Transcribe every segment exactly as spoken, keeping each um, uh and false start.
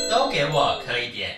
都给我磕一点。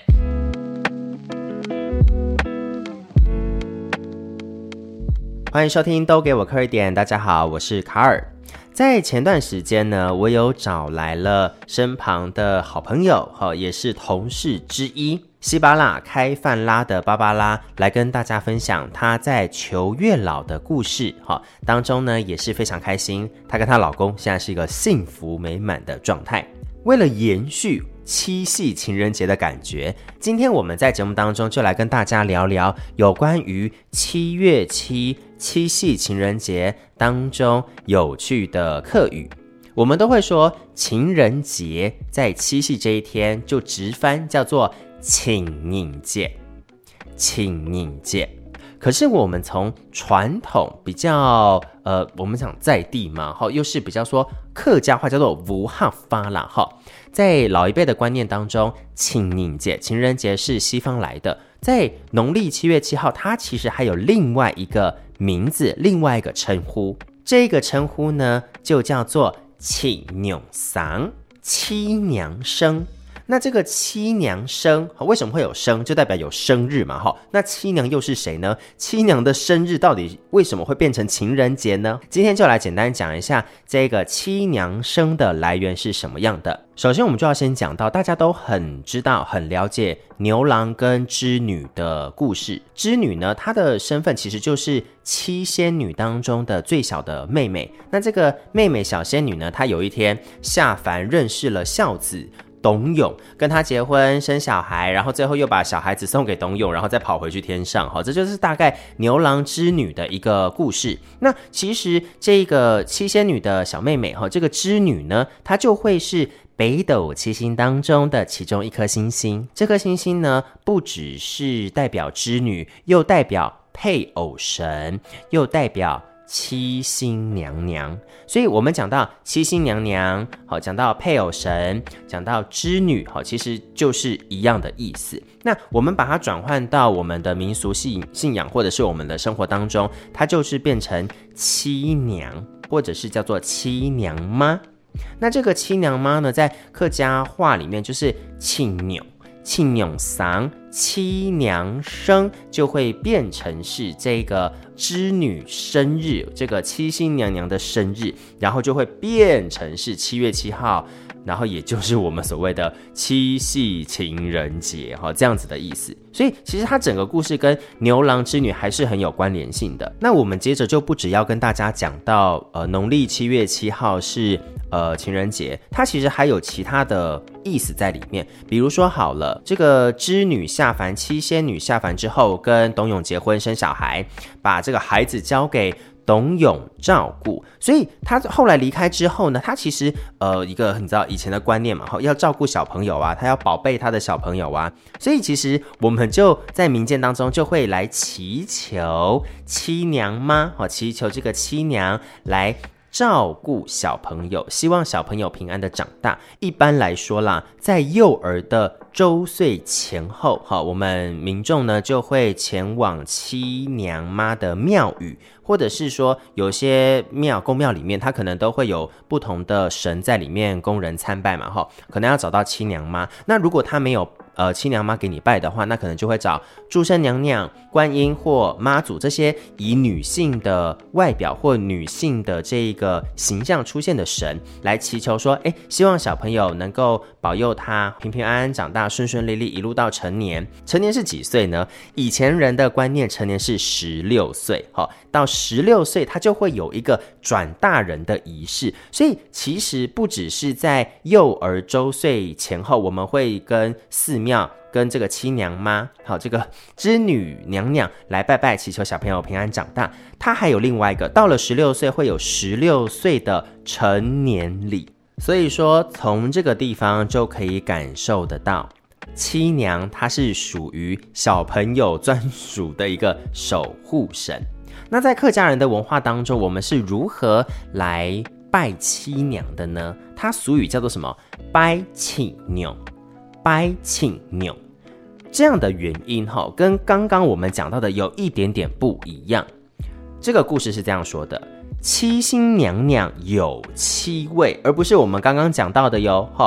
欢迎收听都给我磕一点，大家好，我是卡尔。在前段时间呢，我有找来了身旁的好朋友，也是同事之一，西巴拉开饭拉的芭芭拉，来跟大家分享她在求月老的故事。当中呢也是非常开心，她跟她老公现在是一个幸福美满的状态。为了延续七夕情人节的感觉，今天我们在节目当中就来跟大家聊聊有关于七月七七夕情人节当中有趣的客语。我们都会说情人节在七夕这一天就直翻叫做情人节，情人节。可是我们从传统比较呃，我们讲在地嘛，又是比较说客家话叫做无哈发啦，在老一辈的观念当中，情人节情人节是西方来的，在农历七月七号，它其实还有另外一个名字，另外一个称呼，这个称呼呢就叫做七娘生，七娘生。那这个七娘生为什么会有生，就代表有生日嘛。那七娘又是谁呢？七娘的生日到底为什么会变成情人节呢？今天就来简单讲一下这个七娘生的来源是什么样的。首先我们就要先讲到大家都很知道很了解牛郎跟织女的故事。织女呢，她的身份其实就是七仙女当中的最小的妹妹。那这个妹妹小仙女呢，她有一天下凡认识了孝子董永，跟他结婚生小孩，然后最后又把小孩子送给董永，然后再跑回去天上。好，这就是大概牛郎织女的一个故事。那其实这个七仙女的小妹妹，这个织女呢，她就会是北斗七星当中的其中一颗星星。这颗星星呢，不只是代表织女，又代表配偶神，又代表七星娘娘。所以我们讲到七星娘娘，好，讲到配偶神，讲到织女，好，其实就是一样的意思。那我们把它转换到我们的民俗信信仰或者是我们的生活当中，它就是变成七娘，或者是叫做七娘妈。那这个七娘妈呢，在客家话里面就是亲娘，亲娘丧，七娘生，就会变成是这个织女生日，这个七星娘娘的生日，然后就会变成是七月七号，然后也就是我们所谓的七夕情人节，这样子的意思。所以其实它整个故事跟牛郎织女还是很有关联性的。那我们接着就不只要跟大家讲到呃农历七月七号是呃情人节，它其实还有其他的意思在里面。比如说好了，这个织女下凡，七仙女下凡之后跟董永结婚生小孩，把这个孩子交给董永照顾，所以他后来离开之后呢，他其实呃一个你知道以前的观念嘛，要照顾小朋友啊，他要宝贝他的小朋友啊，所以其实我们就在民间当中就会来祈求七娘妈，祈求这个七娘来照顾小朋友，希望小朋友平安的长大。一般来说啦，在幼儿的周岁前后，我们民众呢就会前往七娘妈的庙宇，或者是说有些庙宫庙里面它可能都会有不同的神在里面供人参拜嘛，可能要找到七娘妈。那如果他没有呃，七娘妈给你拜的话，那可能就会找祝生娘娘、观音或妈祖这些以女性的外表或女性的这个形象出现的神来祈求说，哎，希望小朋友能够保佑他平平安安长大，顺顺利利，一路到成年。成年是几岁呢？以前人的观念，成年是十六岁，哦，到十六岁他就会有一个转大人的仪式。所以其实不只是在幼儿周岁前后，我们会跟寺庙跟这个七娘妈，好，这个织女娘娘来拜拜，祈求小朋友平安长大。它还有另外一个，到了十六岁会有十六岁的成年礼。所以说从这个地方就可以感受得到，七娘她是属于小朋友专属的一个守护神。那在客家人的文化当中，我们是如何来拜七娘的呢？它俗语叫做什么？拜七娘，拜七娘。这样的原因跟刚刚我们讲到的有一点点不一样。这个故事是这样说的：七星娘娘有七位，而不是我们刚刚讲到的哟。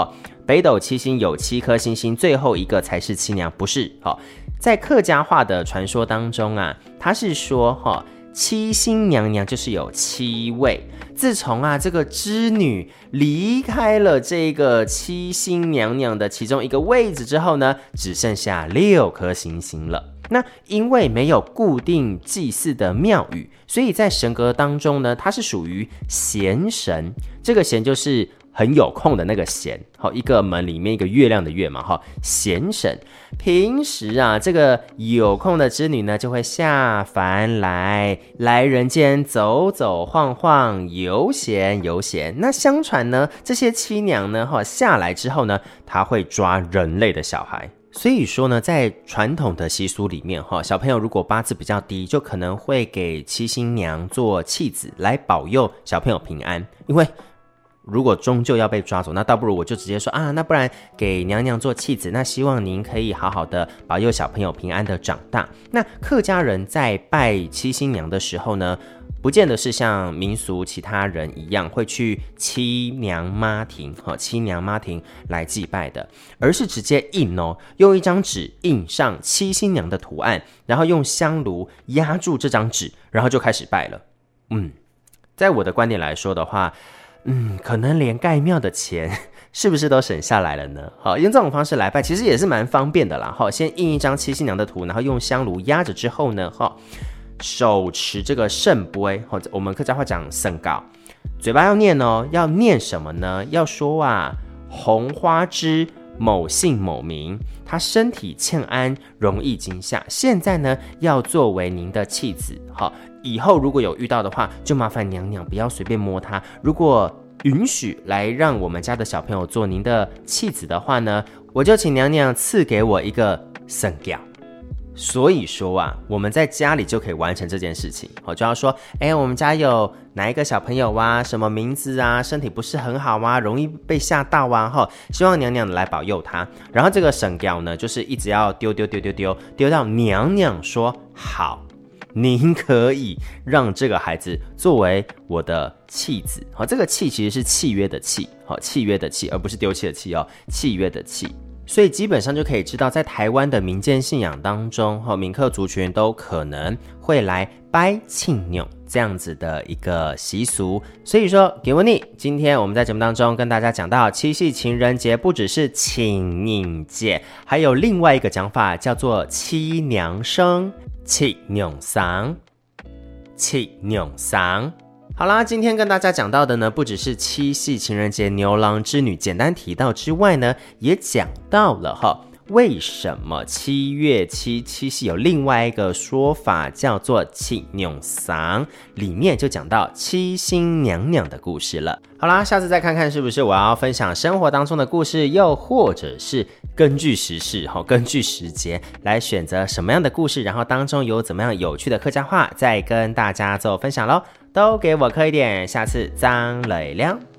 北斗七星有七颗星星，最后一个才是七娘，不是。好，在客家话的传说当中啊，他是说哈，七星娘娘就是有七位。自从啊这个织女离开了这个七星娘娘的其中一个位置之后呢，只剩下六颗星星了。那因为没有固定祭祀的庙宇，所以在神格当中呢，它是属于闲神。这个闲就是很有空的那个闲，好，一个门里面一个月亮的月嘛，哈，闲神。平时啊，这个有空的织女呢，就会下凡来，来人间走走晃晃，游闲游闲。那相传呢，这些七娘呢，哈，下来之后呢，她会抓人类的小孩。所以说呢，在传统的习俗里面，小朋友如果八字比较低，就可能会给七星娘做弃子来保佑小朋友平安。因为如果终究要被抓走，那倒不如我就直接说啊，那不然给娘娘做弃子，那希望您可以好好的保佑小朋友平安的长大。那客家人在拜七星娘的时候呢，不见得是像民俗其他人一样会去七娘妈庭、哦、七娘妈庭来祭拜的，而是直接印哦，用一张纸印上七星娘的图案，然后用香炉压住这张纸，然后就开始拜了。嗯，在我的观点来说的话，嗯，可能连盖庙的钱是不是都省下来了呢？好，用这种方式来拜，其实也是蛮方便的啦。好，先印一张七星娘的图，然后用香炉压着之后呢，好，手持这个圣杯，或者我们客家话讲圣告，嘴巴要念哦，要念什么呢？要说啊，红花枝某姓某名，他身体欠安，容易惊吓，现在呢要作为您的弃子。好，以后如果有遇到的话，就麻烦娘娘不要随便摸他。如果允许来让我们家的小朋友做您的弃子的话呢，我就请娘娘赐给我一个圣教。所以说啊，我们在家里就可以完成这件事情。我就要说，哎，我们家有哪一个小朋友啊，什么名字啊，身体不是很好啊，容易被吓到啊，哈，希望娘娘来保佑他。然后这个圣教呢，就是一直要丢丢丢丢丢丢到娘娘说好，您可以让这个孩子作为我的弃子。好，这个弃其实是契约的契，好，契约的契，而不是丢弃的弃哦，契约的契。所以基本上就可以知道，在台湾的民间信仰当中，闽客族群都可能会来拜庆娘这样子的一个习俗。所以说，给我你，今天我们在节目当中跟大家讲到，七夕情人节不只是清明节，还有另外一个讲法叫做七娘生、七娘丧、七娘丧。好啦，今天跟大家讲到的呢，不只是七夕情人节牛郎织女简单提到之外呢，也讲到了哈，为什么七月七七夕有另外一个说法叫做七娘丧，里面就讲到七星娘娘的故事了。好啦，下次再看看是不是我要分享生活当中的故事，又或者是根据时事、根据时节来选择什么样的故事，然后当中有怎么样有趣的客家话，再跟大家做分享咯。都给我磕一点，下次张磊亮。